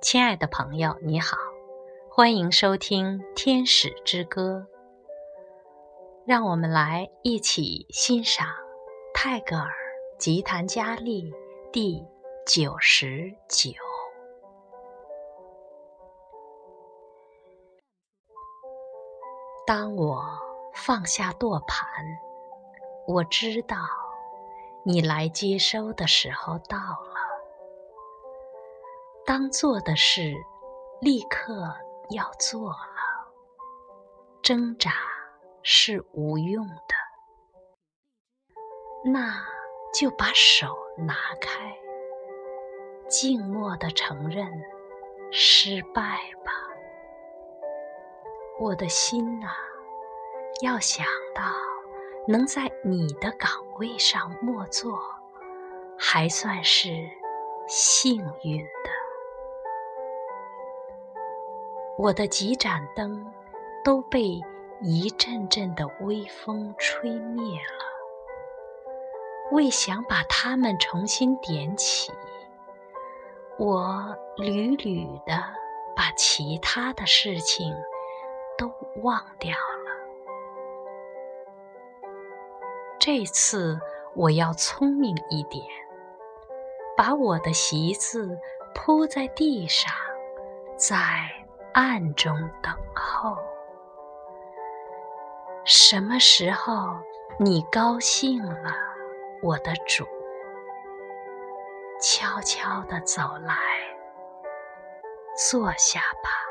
亲爱的朋友，你好，欢迎收听《天使之歌》。让我们来一起欣赏泰戈尔吉檀迦利第99。当我放下舵盘，我知道你来接收的时候到了。当做的事立刻要做了，挣扎是无用的，那就把手拿开，静默地承认失败吧。我的心啊，要想到能在你的岗位上默坐，还算是幸运的。我的几盏灯都被一阵阵的微风吹灭了，为想把它们重新点起，我屡屡地把其他的事情都忘掉了。这次我要聪明一点，把我的席子铺在地上，在暗中等候。什么时候你高兴了，我的主，悄悄地走来，坐下吧。